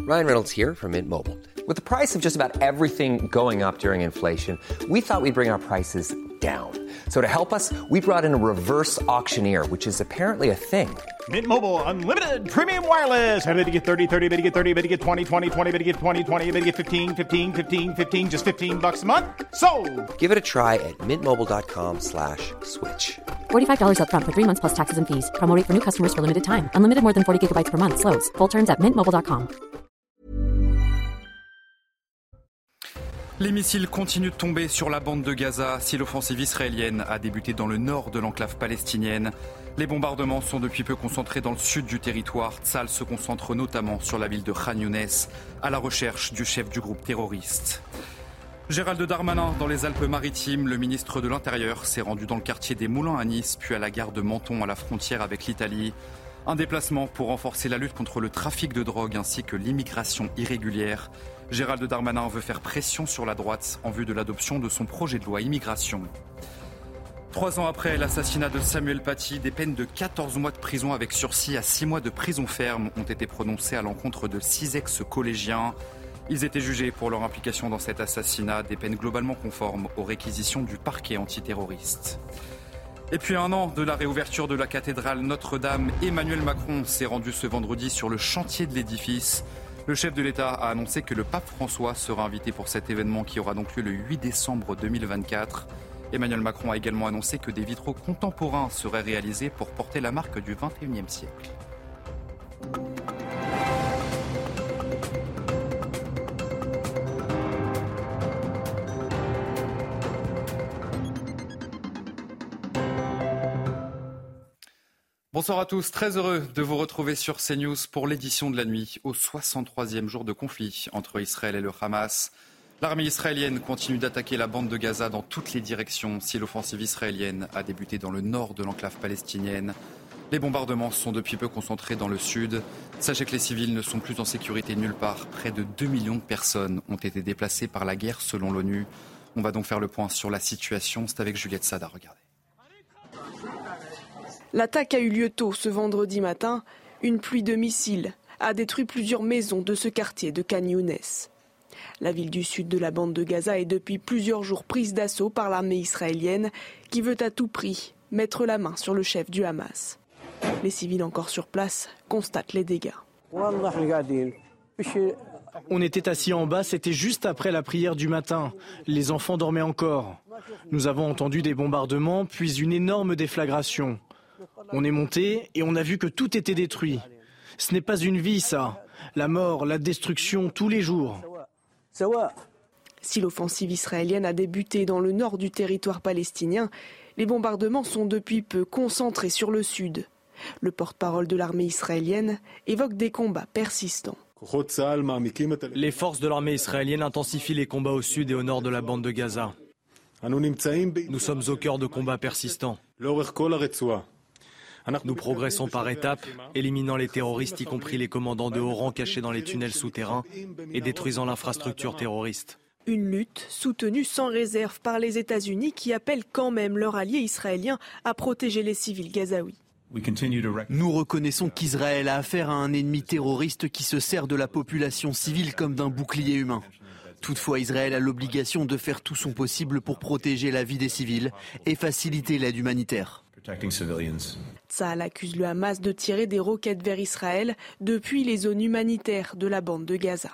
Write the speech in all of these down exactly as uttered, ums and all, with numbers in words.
Ryan Reynolds here from Mint Mobile. With the price of just about everything going up during inflation, we thought we'd bring our prices down. So to help us, we brought in a reverse auctioneer, which is apparently a thing. Mint Mobile Unlimited Premium Wireless. How to get thirty, thirty, how to get thirty, how to get twenty, twenty, twenty, how to get twenty, twenty, how to get fifteen, fifteen, fifteen, fifteen, just fifteen bucks a month? Sold! Give it a try at mintmobile.com slash switch. forty-five dollars up front for three months plus taxes and fees. Promo rate for new customers for limited time. Unlimited more than forty gigabytes per month. Slows full terms at mint mobile dot com. Les missiles continuent de tomber sur la bande de Gaza. Si l'offensive israélienne a débuté dans le nord de l'enclave palestinienne, les bombardements sont depuis peu concentrés dans le sud du territoire. Tsahal se concentre notamment sur la ville de Khan Younes, à la recherche du chef du groupe terroriste. Gérald Darmanin, dans les Alpes-Maritimes, le ministre de l'Intérieur s'est rendu dans le quartier des Moulins à Nice, puis à la gare de Menton, à la frontière avec l'Italie. Un déplacement pour renforcer la lutte contre le trafic de drogue ainsi que l'immigration irrégulière. Gérald Darmanin veut faire pression sur la droite en vue de l'adoption de son projet de loi immigration. Trois ans après l'assassinat de Samuel Paty, des peines de quatorze mois de prison avec sursis à six mois de prison ferme ont été prononcées à l'encontre de six ex-collégiens. Ils étaient jugés pour leur implication dans cet assassinat, des peines globalement conformes aux réquisitions du parquet antiterroriste. Et puis un an de la réouverture de la cathédrale Notre-Dame, Emmanuel Macron s'est rendu ce vendredi sur le chantier de l'édifice. Le chef de l'État a annoncé que le pape François sera invité pour cet événement qui aura donc lieu le huit décembre deux mille vingt-quatre. Emmanuel Macron a également annoncé que des vitraux contemporains seraient réalisés pour porter la marque du vingt et unième siècle. Bonsoir à tous, très heureux de vous retrouver sur CNews pour l'édition de la nuit, au soixante-troisième jour de conflit entre Israël et le Hamas. L'armée israélienne continue d'attaquer la bande de Gaza dans toutes les directions. Si l'offensive israélienne a débuté dans le nord de l'enclave palestinienne, les bombardements sont depuis peu concentrés dans le sud. Sachez que les civils ne sont plus en sécurité nulle part. Près de deux millions de personnes ont été déplacées par la guerre selon l'ONU. On va donc faire le point sur la situation. C'est avec Juliette Sada, regardez. L'attaque a eu lieu tôt ce vendredi matin. Une pluie de missiles a détruit plusieurs maisons de ce quartier de Khan Younes. La ville du sud de la bande de Gaza est depuis plusieurs jours prise d'assaut par l'armée israélienne qui veut à tout prix mettre la main sur le chef du Hamas. Les civils encore sur place constatent les dégâts. On était assis en bas, c'était juste après la prière du matin. Les enfants dormaient encore. Nous avons entendu des bombardements, puis une énorme déflagration. On est monté et on a vu que tout était détruit. Ce n'est pas une vie, ça. La mort, la destruction, tous les jours. Si l'offensive israélienne a débuté dans le nord du territoire palestinien, les bombardements sont depuis peu concentrés sur le sud. Le porte-parole de l'armée israélienne évoque des combats persistants. Les forces de l'armée israélienne intensifient les combats au sud et au nord de la bande de Gaza. Nous sommes au cœur de combats persistants. Nous progressons par étapes, éliminant les terroristes, y compris les commandants de haut rang cachés dans les tunnels souterrains et détruisant l'infrastructure terroriste. Une lutte soutenue sans réserve par les États-Unis qui appellent quand même leurs alliés israéliens à protéger les civils gazaouis. Nous reconnaissons qu'Israël a affaire à un ennemi terroriste qui se sert de la population civile comme d'un bouclier humain. Toutefois, Israël a l'obligation de faire tout son possible pour protéger la vie des civils et faciliter l'aide humanitaire. Tsahal accuse le Hamas de tirer des roquettes vers Israël depuis les zones humanitaires de la bande de Gaza.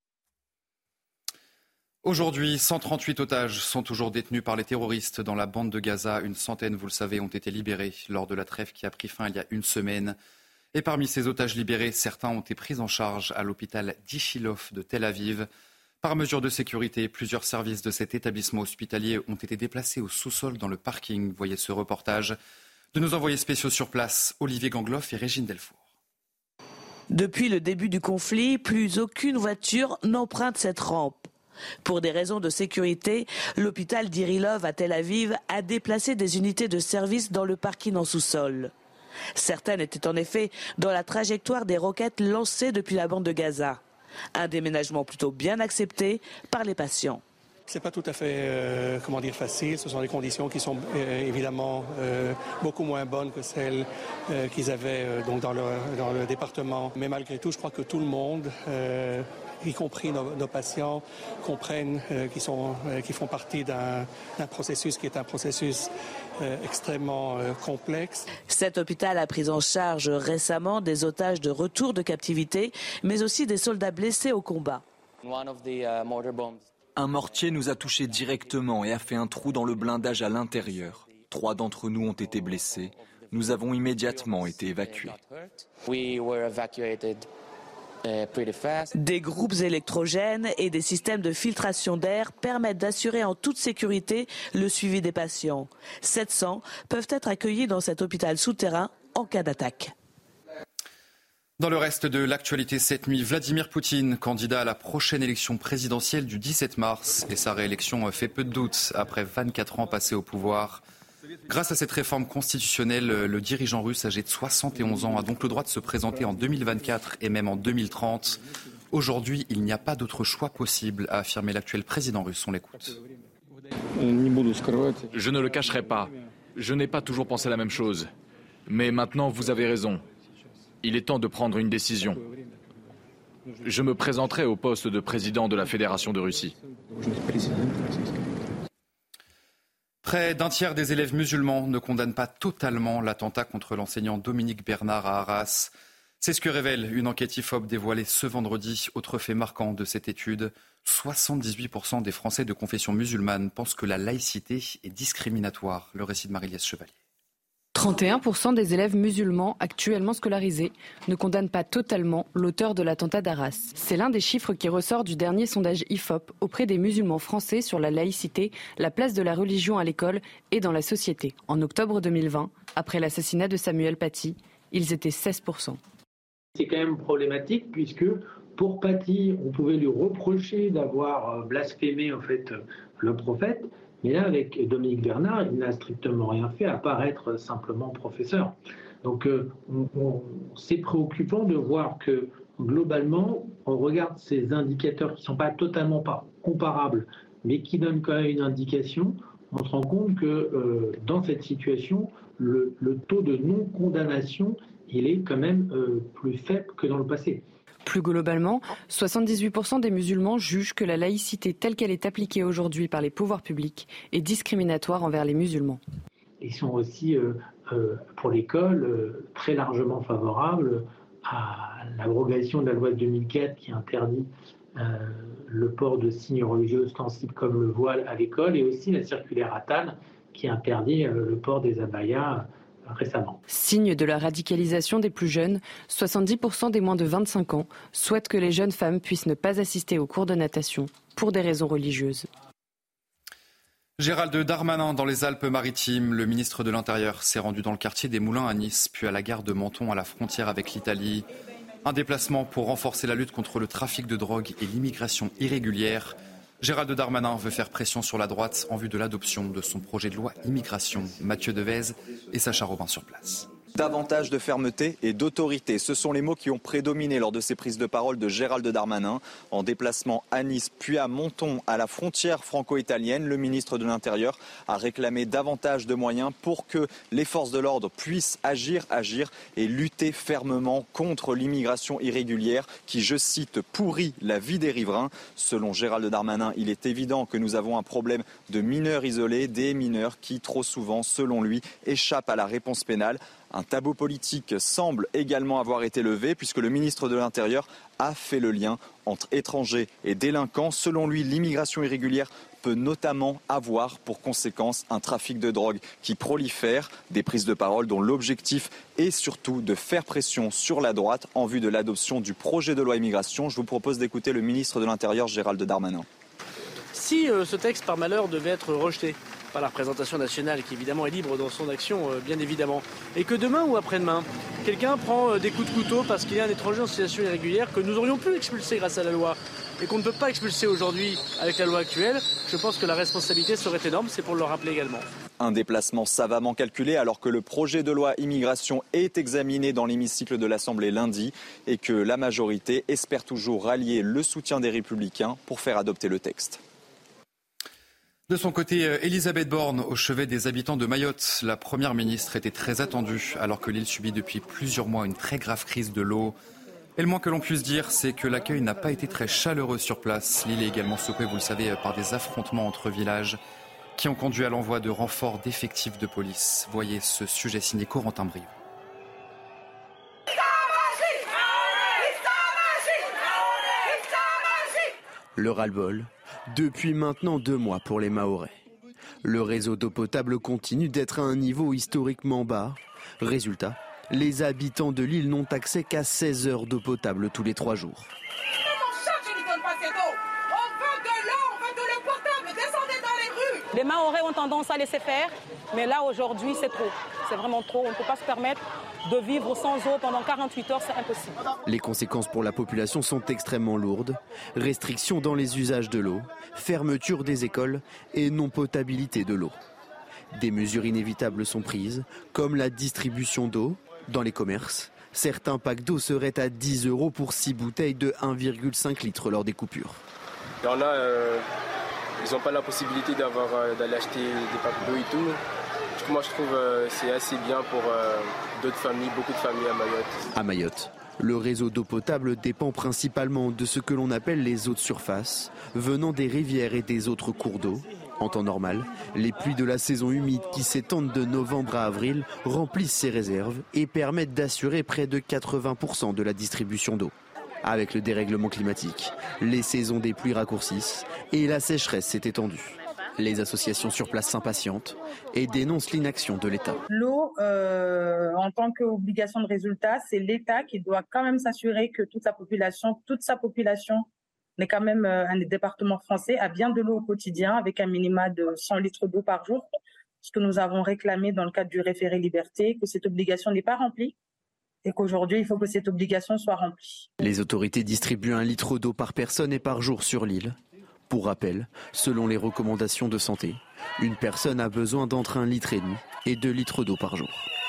Aujourd'hui, cent trente-huit otages sont toujours détenus par les terroristes dans la bande de Gaza. Une centaine, vous le savez, ont été libérés lors de la trêve qui a pris fin il y a une semaine. Et parmi ces otages libérés, certains ont été pris en charge à l'hôpital d'Ichilov de Tel Aviv. Par mesure de sécurité, plusieurs services de cet établissement hospitalier ont été déplacés au sous-sol dans le parking. Voyez ce reportage de nos envoyés spéciaux sur place, Olivier Gangloff et Régine Delfour. Depuis le début du conflit, plus aucune voiture n'emprunte cette rampe. Pour des raisons de sécurité, l'hôpital d'Ichilov à Tel Aviv a déplacé des unités de service dans le parking en sous-sol. Certaines étaient en effet dans la trajectoire des roquettes lancées depuis la bande de Gaza. Un déménagement plutôt bien accepté par les patients. C'est pas tout à fait, euh, comment dire, facile. Ce sont des conditions qui sont euh, évidemment euh, beaucoup moins bonnes que celles euh, qu'ils avaient euh, donc dans le, dans le département. Mais malgré tout, je crois que tout le monde, euh, y compris nos, nos patients, comprennent euh, qu'ils sont, euh, qu'ils font partie d'un, d'un processus qui est un processus euh, extrêmement euh, complexe. Cet hôpital a pris en charge récemment des otages de retour de captivité, mais aussi des soldats blessés au combat. Un mortier nous a touchés directement et a fait un trou dans le blindage à l'intérieur. Trois d'entre nous ont été blessés. Nous avons immédiatement été évacués. Des groupes électrogènes et des systèmes de filtration d'air permettent d'assurer en toute sécurité le suivi des patients. sept cents peuvent être accueillis dans cet hôpital souterrain en cas d'attaque. Dans le reste de l'actualité cette nuit, Vladimir Poutine, candidat à la prochaine élection présidentielle du dix-sept mars. Et sa réélection fait peu de doute après vingt-quatre ans passés au pouvoir. Grâce à cette réforme constitutionnelle, le dirigeant russe âgé de soixante et onze ans a donc le droit de se présenter en deux mille vingt-quatre et même en deux mille trente. Aujourd'hui, il n'y a pas d'autre choix possible, a affirmé l'actuel président russe. On l'écoute. Je ne le cacherai pas. Je n'ai pas toujours pensé la même chose. Mais maintenant, vous avez raison. Il est temps de prendre une décision. Je me présenterai au poste de président de la Fédération de Russie. Près d'un tiers des élèves musulmans ne condamnent pas totalement l'attentat contre l'enseignant Dominique Bernard à Arras. C'est ce que révèle une enquête I F O P dévoilée ce vendredi. Autre fait marquant de cette étude, soixante-dix-huit pour cent des Français de confession musulmane pensent que la laïcité est discriminatoire. Le récit de Marie-Liesse Chevalier. trente et un pour cent des élèves musulmans actuellement scolarisés ne condamnent pas totalement l'auteur de l'attentat d'Arras. C'est l'un des chiffres qui ressort du dernier sondage I F O P auprès des musulmans français sur la laïcité, la place de la religion à l'école et dans la société. En octobre deux mille vingt, après l'assassinat de Samuel Paty, ils étaient seize pour cent. C'est quand même problématique puisque pour Paty, on pouvait lui reprocher d'avoir blasphémé en fait le prophète. Mais là, avec Dominique Bernard, il n'a strictement rien fait à part être simplement professeur. Donc euh, on, on, c'est préoccupant de voir que globalement, on regarde ces indicateurs qui ne sont pas totalement pas comparables, mais qui donnent quand même une indication. On se rend compte que euh, dans cette situation, le, le taux de non-condamnation, il est quand même euh, plus faible que dans le passé. Plus globalement, soixante-dix-huit pour cent des musulmans jugent que la laïcité telle qu'elle est appliquée aujourd'hui par les pouvoirs publics est discriminatoire envers les musulmans. Ils sont aussi, euh, euh, pour l'école, euh, très largement favorables à l'abrogation de la loi de deux mille quatre qui interdit euh, le port de signes religieux ostensibles comme le voile à l'école et aussi la circulaire Attal qui interdit euh, le port des abayas récemment. Signe de la radicalisation des plus jeunes, soixante-dix pour cent des moins de vingt-cinq ans souhaitent que les jeunes femmes puissent ne pas assister aux cours de natation pour des raisons religieuses. Gérald Darmanin dans les Alpes-Maritimes. Le ministre de l'Intérieur s'est rendu dans le quartier des Moulins à Nice, puis à la gare de Menton à la frontière avec l'Italie. Un déplacement pour renforcer la lutte contre le trafic de drogue et l'immigration irrégulière. Gérald Darmanin veut faire pression sur la droite en vue de l'adoption de son projet de loi immigration. Mathieu Devez et Sacha Robin sur place. Davantage de fermeté et d'autorité, ce sont les mots qui ont prédominé lors de ces prises de parole de Gérald Darmanin. En déplacement à Nice puis à Menton, à la frontière franco-italienne, le ministre de l'Intérieur a réclamé davantage de moyens pour que les forces de l'ordre puissent agir, agir et lutter fermement contre l'immigration irrégulière qui, je cite, pourrit la vie des riverains. Selon Gérald Darmanin, il est évident que nous avons un problème de mineurs isolés, des mineurs qui trop souvent, selon lui, échappent à la réponse pénale. Un tabou politique semble également avoir été levé puisque le ministre de l'Intérieur a fait le lien entre étrangers et délinquants. Selon lui, l'immigration irrégulière peut notamment avoir pour conséquence un trafic de drogue qui prolifère, des prises de parole dont l'objectif est surtout de faire pression sur la droite en vue de l'adoption du projet de loi immigration. Je vous propose d'écouter le ministre de l'Intérieur, Gérald Darmanin. Si euh, ce texte, par malheur, devait être rejeté par la représentation nationale, qui évidemment est libre dans son action, euh, bien évidemment, et que demain ou après-demain, quelqu'un prend euh, des coups de couteau parce qu'il y a un étranger en situation irrégulière que nous aurions pu expulser grâce à la loi, et qu'on ne peut pas expulser aujourd'hui avec la loi actuelle, je pense que la responsabilité serait énorme, c'est pour le rappeler également. Un déplacement savamment calculé alors que le projet de loi immigration est examiné dans l'hémicycle de l'Assemblée lundi et que la majorité espère toujours rallier le soutien des Républicains pour faire adopter le texte. De son côté, Elisabeth Borne, au chevet des habitants de Mayotte, la première ministre était très attendue alors que l'île subit depuis plusieurs mois une très grave crise de l'eau. Et le moins que l'on puisse dire, c'est que l'accueil n'a pas été très chaleureux sur place. L'île est également secouée, vous le savez, par des affrontements entre villages qui ont conduit à l'envoi de renforts d'effectifs de police. Voyez ce sujet signé Corentin Brive. Le ras-le-bol, depuis maintenant deux mois pour les Mahorais. Le réseau d'eau potable continue d'être à un niveau historiquement bas. Résultat, les habitants de l'île n'ont accès qu'à seize heures d'eau potable tous les trois jours. Les Mahorais ont tendance à laisser faire, mais là aujourd'hui c'est trop. C'est vraiment trop. On ne peut pas se permettre de vivre sans eau pendant quarante-huit heures, c'est impossible. Les conséquences pour la population sont extrêmement lourdes. Restrictions dans les usages de l'eau, fermeture des écoles et non-potabilité de l'eau. Des mesures inévitables sont prises, comme la distribution d'eau dans les commerces. Certains packs d'eau seraient à dix euros pour six bouteilles de un virgule cinq litres lors des coupures. Il y en a, euh, ils n'ont pas la possibilité d'avoir, euh, d'aller acheter des packs d'eau et tout. Du coup, moi je trouve que euh, c'est assez bien pour euh, d'autres familles, beaucoup de familles à Mayotte. À Mayotte, le réseau d'eau potable dépend principalement de ce que l'on appelle les eaux de surface, venant des rivières et des autres cours d'eau. En temps normal, les pluies de la saison humide qui s'étendent de novembre à avril remplissent ces réserves et permettent d'assurer près de quatre-vingts pour cent de la distribution d'eau. Avec le dérèglement climatique, les saisons des pluies raccourcissent et la sécheresse s'est étendue. Les associations sur place s'impatientent et dénoncent l'inaction de l'État. L'eau, euh, en tant qu'obligation de résultat, c'est l'État qui doit quand même s'assurer que toute sa population, toute sa population, mais quand même euh, un des départements français, a bien de l'eau au quotidien avec un minima de cent litres d'eau par jour. Ce que nous avons réclamé dans le cadre du référé liberté, que cette obligation n'est pas remplie et qu'aujourd'hui, il faut que cette obligation soit remplie. Les autorités distribuent un litre d'eau par personne et par jour sur l'île. Pour rappel, selon les recommandations de santé, une personne a besoin d'entre un litre et demi et deux litres d'eau par jour.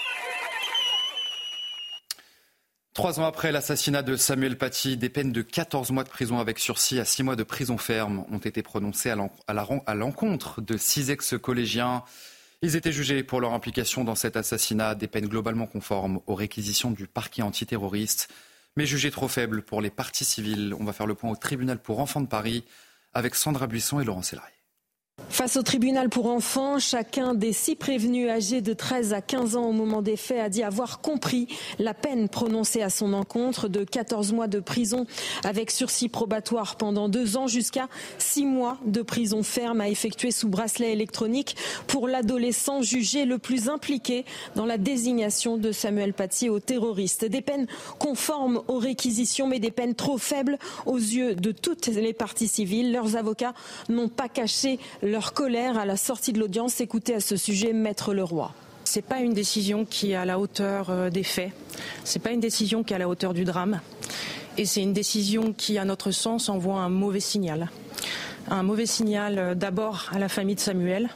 Trois ans après l'assassinat de Samuel Paty, des peines de quatorze mois de prison avec sursis à six mois de prison ferme ont été prononcées à l'encontre de six ex-collégiens. Ils étaient jugés pour leur implication dans cet assassinat, des peines globalement conformes aux réquisitions du parquet antiterroriste, mais jugées trop faibles pour les parties civiles. On va faire le point au tribunal pour enfants de Paris avec Sandra Buisson et Laurent Sélarié. Face au tribunal pour enfants, chacun des six prévenus âgés de treize à quinze ans au moment des faits a dit avoir compris la peine prononcée à son encontre de quatorze mois de prison avec sursis probatoire pendant deux ans jusqu'à six mois de prison ferme à effectuer sous bracelet électronique pour l'adolescent jugé le plus impliqué dans la désignation de Samuel Paty aux terroristes. Des peines conformes aux réquisitions mais des peines trop faibles aux yeux de toutes les parties civiles. Leurs avocats n'ont pas caché leur colère à la sortie de l'audience. Écoutez à ce sujet Maître Leroy. Ce n'est pas une décision qui est à la hauteur des faits, ce n'est pas une décision qui est à la hauteur du drame et c'est une décision qui, à notre sens, envoie un mauvais signal. Un mauvais signal d'abord à la famille de Samuel,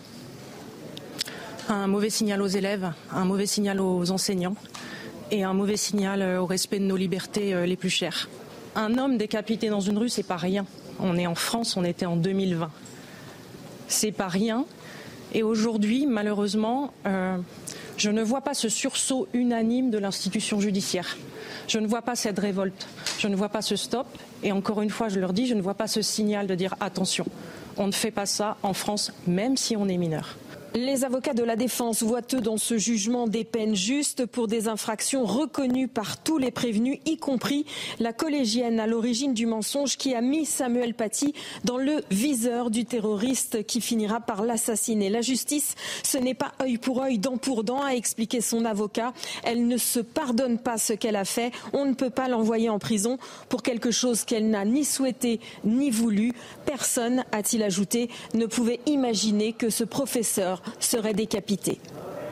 un mauvais signal aux élèves, un mauvais signal aux enseignants et un mauvais signal au respect de nos libertés les plus chères. Un homme décapité dans une rue, c'est pas rien. On est en France, on était en deux mille vingt. C'est pas rien. Et aujourd'hui, malheureusement, euh, je ne vois pas ce sursaut unanime de l'institution judiciaire. Je ne vois pas cette révolte. Je ne vois pas ce stop. Et encore une fois, je leur dis, je ne vois pas ce signal de dire attention, on ne fait pas ça en France, même si on est mineur. Les avocats de la défense voient eux dans ce jugement des peines justes pour des infractions reconnues par tous les prévenus, y compris la collégienne à l'origine du mensonge qui a mis Samuel Paty dans le viseur du terroriste qui finira par l'assassiner. La justice, ce n'est pas œil pour œil, dent pour dent, a expliqué son avocat. Elle ne se pardonne pas ce qu'elle a fait. On ne peut pas l'envoyer en prison pour quelque chose qu'elle n'a ni souhaité ni voulu. Personne, a-t-il ajouté, ne pouvait imaginer que ce professeur serait décapité.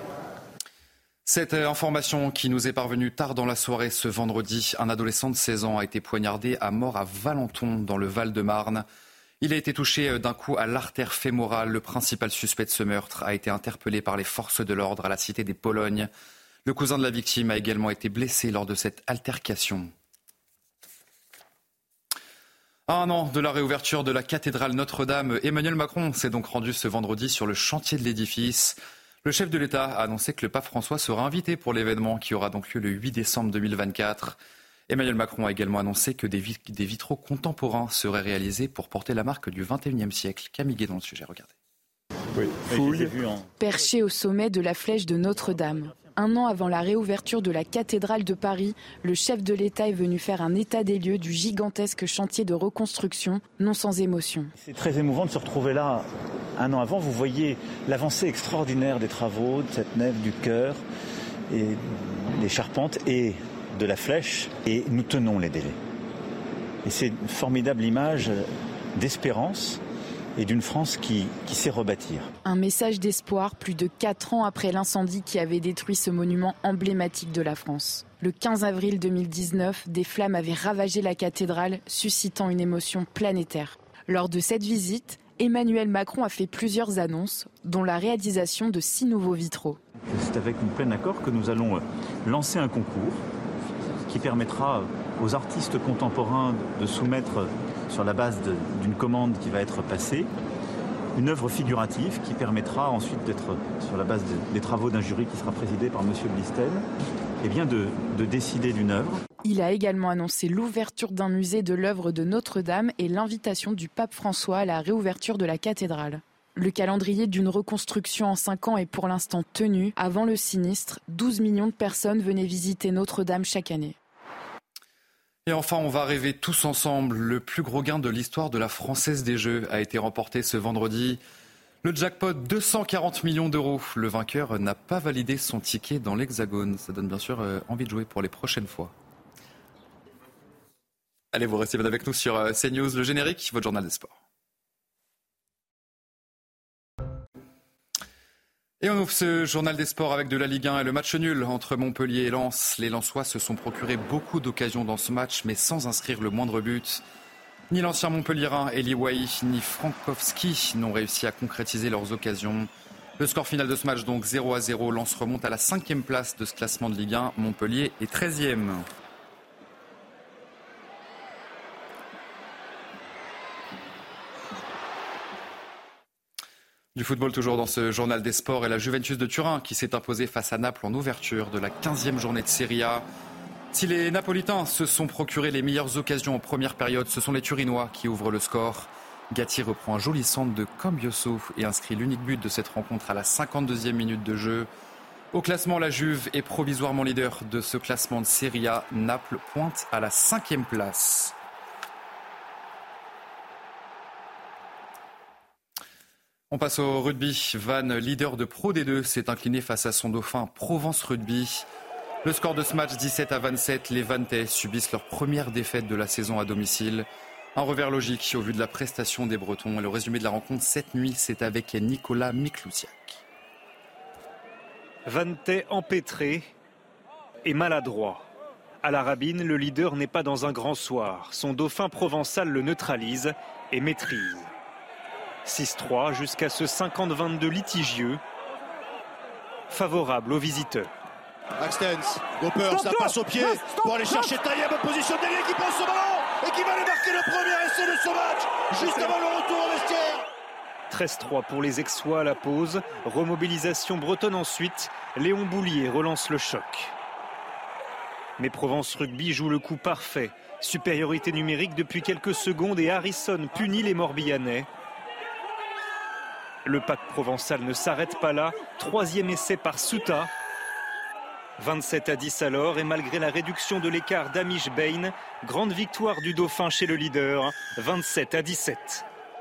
Cette information qui nous est parvenue tard dans la soirée ce vendredi, un adolescent de seize ans a été poignardé à mort à Valenton dans le Val-de-Marne. Il a été touché d'un coup à l'artère fémorale. Le principal suspect de ce meurtre a été interpellé par les forces de l'ordre à la Cité des Polognes. Le cousin de la victime a également été blessé lors de cette altercation. À un an de la réouverture de la cathédrale Notre-Dame, Emmanuel Macron s'est donc rendu ce vendredi sur le chantier de l'édifice. Le chef de l'État a annoncé que le pape François sera invité pour l'événement qui aura donc lieu le huit décembre deux mille vingt-quatre. Emmanuel Macron a également annoncé que des, vit- des vitraux contemporains seraient réalisés pour porter la marque du vingt et unième siècle. Camille Guédon, le sujet, regardez. Oui, fouille. Perché au sommet de la flèche de Notre-Dame. Un an avant la réouverture de la cathédrale de Paris, le chef de l'État est venu faire un état des lieux du gigantesque chantier de reconstruction, non sans émotion. C'est très émouvant de se retrouver là un an avant. Vous voyez l'avancée extraordinaire des travaux, de cette nef, du chœur, et des charpentes et de la flèche. Et nous tenons les délais. Et c'est une formidable image d'espérance et d'une France qui, qui sait rebâtir. Un message d'espoir plus de quatre ans après l'incendie qui avait détruit ce monument emblématique de la France. Le quinze avril deux mille dix-neuf, des flammes avaient ravagé la cathédrale, suscitant une émotion planétaire. Lors de cette visite, Emmanuel Macron a fait plusieurs annonces, dont la réalisation de six nouveaux vitraux. C'est avec un plein accord que nous allons lancer un concours qui permettra aux artistes contemporains de soumettre, sur la base de, d'une commande qui va être passée, une œuvre figurative qui permettra ensuite d'être, sur la base de, des travaux d'un jury qui sera présidé par M. Blistel, eh bien de, de décider d'une œuvre. Il a également annoncé l'ouverture d'un musée de l'œuvre de Notre-Dame et l'invitation du pape François à la réouverture de la cathédrale. Le calendrier d'une reconstruction en cinq ans est pour l'instant tenu. Avant le sinistre, douze millions de personnes venaient visiter Notre-Dame chaque année. Et enfin, on va rêver tous ensemble. Le plus gros gain de l'histoire de la Française des Jeux a été remporté ce vendredi. Le jackpot, deux cent quarante millions d'euros. Le vainqueur n'a pas validé son ticket dans l'Hexagone. Ça donne bien sûr envie de jouer pour les prochaines fois. Allez, vous restez bien avec nous sur CNews. Le générique, votre journal des sports. Et on ouvre ce journal des sports avec de la Ligue un et le match nul entre Montpellier et Lens. Les Lensois se sont procurés beaucoup d'occasions dans ce match, mais sans inscrire le moindre but. Ni l'ancien Montpelliérain Eli Wahi, ni Frankowski n'ont réussi à concrétiser leurs occasions. Le score final de ce match, donc zéro à zéro. Lens remonte à la cinquième place de ce classement de Ligue un. Montpellier est treizième. Du football toujours dans ce journal des sports et la Juventus de Turin qui s'est imposée face à Naples en ouverture de la quinzième journée de Serie A. Si les Napolitains se sont procurés les meilleures occasions en première période, ce sont les Turinois qui ouvrent le score. Gatti reprend un joli centre de Cambioso et inscrit l'unique but de cette rencontre à la cinquante-deuxième minute de jeu. Au classement, la Juve est provisoirement leader de ce classement de Serie A. Naples pointe à la cinquième place. On passe au rugby. Vannes, leader de Pro D deux, s'est incliné face à son dauphin Provence Rugby. Le score de ce match, dix-sept à vingt-sept. Les Vanntais subissent leur première défaite de la saison à domicile. Un revers logique au vu de la prestation des Bretons. Et le résumé de la rencontre cette nuit, c'est avec Nicolas Miklousiak. Vanntais empêtré et maladroit. À la Rabine, le leader n'est pas dans un grand soir. Son dauphin provençal le neutralise et maîtrise. six trois jusqu'à ce cinquante vingt-deux litigieux, favorable aux visiteurs. Axtens, Gopper, ça passe au pied pour aller chercher Taïeb en position de d'ailier qui prend ce ballon et qui va aller marquer le premier essai de ce match, juste avant le retour au vestiaire. treize trois pour les Aixois à la pause, remobilisation bretonne ensuite, Léon Boulier relance le choc. Mais Provence Rugby joue le coup parfait, supériorité numérique depuis quelques secondes et Harrison punit les Morbihanais. Le pack provençal ne s'arrête pas là. Troisième essai par Souta. vingt-sept à dix alors. Et malgré la réduction de l'écart d'Amish Bain, grande victoire du Dauphin chez le leader. vingt-sept à dix-sept.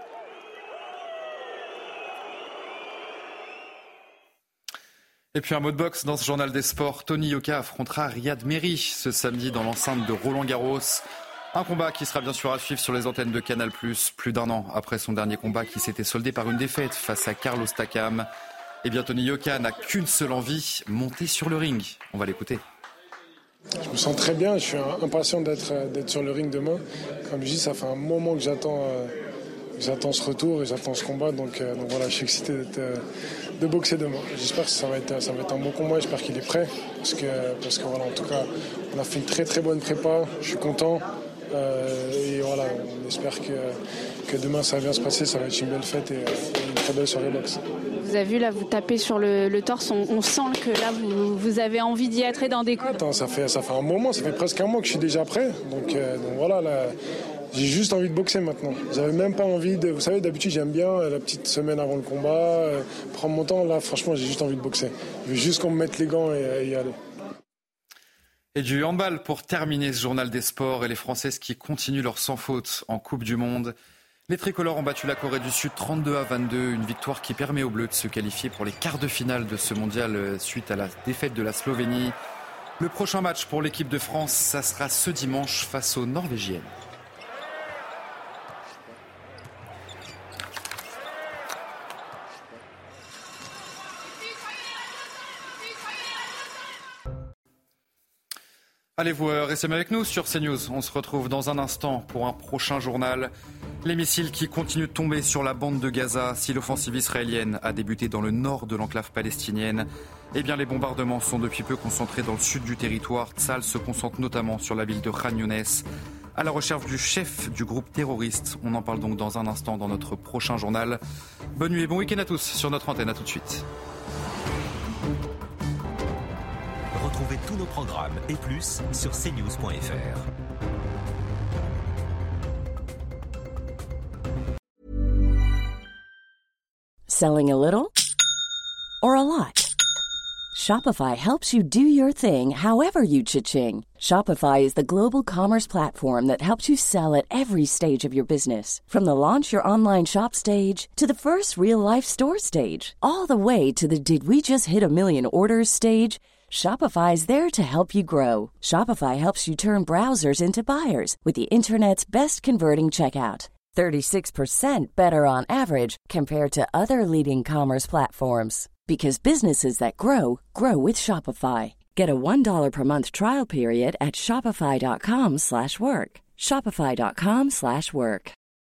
Et puis un mot de boxe dans ce journal des sports. Tony Yoka affrontera Riyad Mehri ce samedi dans l'enceinte de Roland-Garros. Un combat qui sera bien sûr à suivre sur les antennes de Canal+, plus d'un an après son dernier combat qui s'était soldé par une défaite face à Carlos Takam. Eh bien, Tony Yoka n'a qu'une seule envie, monter sur le ring. On va l'écouter. Je me sens très bien, je suis impatient d'être, d'être sur le ring demain. Comme je dis, ça fait un moment que j'attends, euh, j'attends ce retour et j'attends ce combat. Donc, euh, donc voilà, je suis excité d'être, euh, de boxer demain. J'espère que ça va être, ça va être un bon combat, j'espère qu'il est prêt. Parce que, parce que voilà, en tout cas, on a fait une très très bonne prépa, je suis content. Euh, et voilà, on espère que, que demain ça va bien se passer, ça va être une belle fête et, et une très belle soirée boxe. Vous avez vu, là, vous tapez sur le, le torse, on, on sent que là, vous, vous avez envie d'y être et d'en découdre. Attends, ça fait, ça fait un moment, ça fait presque un mois que je suis déjà prêt. Donc, euh, donc voilà, là, j'ai juste envie de boxer maintenant. J'avais même pas envie de... Vous savez, d'habitude, j'aime bien la petite semaine avant le combat, euh, prendre mon temps. Là, franchement, j'ai juste envie de boxer. Je veux juste qu'on me mette les gants et, et y aller. Et du handball pour terminer ce journal des sports et les Françaises qui continuent leur sans faute en Coupe du Monde. Les tricolores ont battu la Corée du Sud trente-deux à vingt-deux, une victoire qui permet aux Bleus de se qualifier pour les quarts de finale de ce mondial suite à la défaite de la Slovénie. Le prochain match pour l'équipe de France, ça sera ce dimanche face aux Norvégiennes. Allez, vous restez avec nous sur CNews. On se retrouve dans un instant pour un prochain journal. Les missiles qui continuent de tomber sur la bande de Gaza. Si l'offensive israélienne a débuté dans le nord de l'enclave palestinienne, eh bien les bombardements sont depuis peu concentrés dans le sud du territoire. Tsahal se concentre notamment sur la ville de Khan Younes, à la recherche du chef du groupe terroriste. On en parle donc dans un instant dans notre prochain journal. Bonne nuit et bon week-end à tous sur notre antenne. À tout de suite. Retrouvez tous nos programmes et plus sur c news point f r. Selling a little or a lot? Shopify helps you do your thing however you cha-ching. Shopify is the global commerce platform that helps you sell at every stage of your business. From the launch your online shop stage to the first real-life store stage, all the way to the did we just hit a million orders stage. Shopify is there to help you grow. Shopify helps you turn browsers into buyers with the internet's best converting checkout. thirty-six percent better on average compared to other leading commerce platforms. Because businesses that grow, grow with Shopify. Get a one dollar per month trial period at shopify dot com slash work. shopify dot com slash work.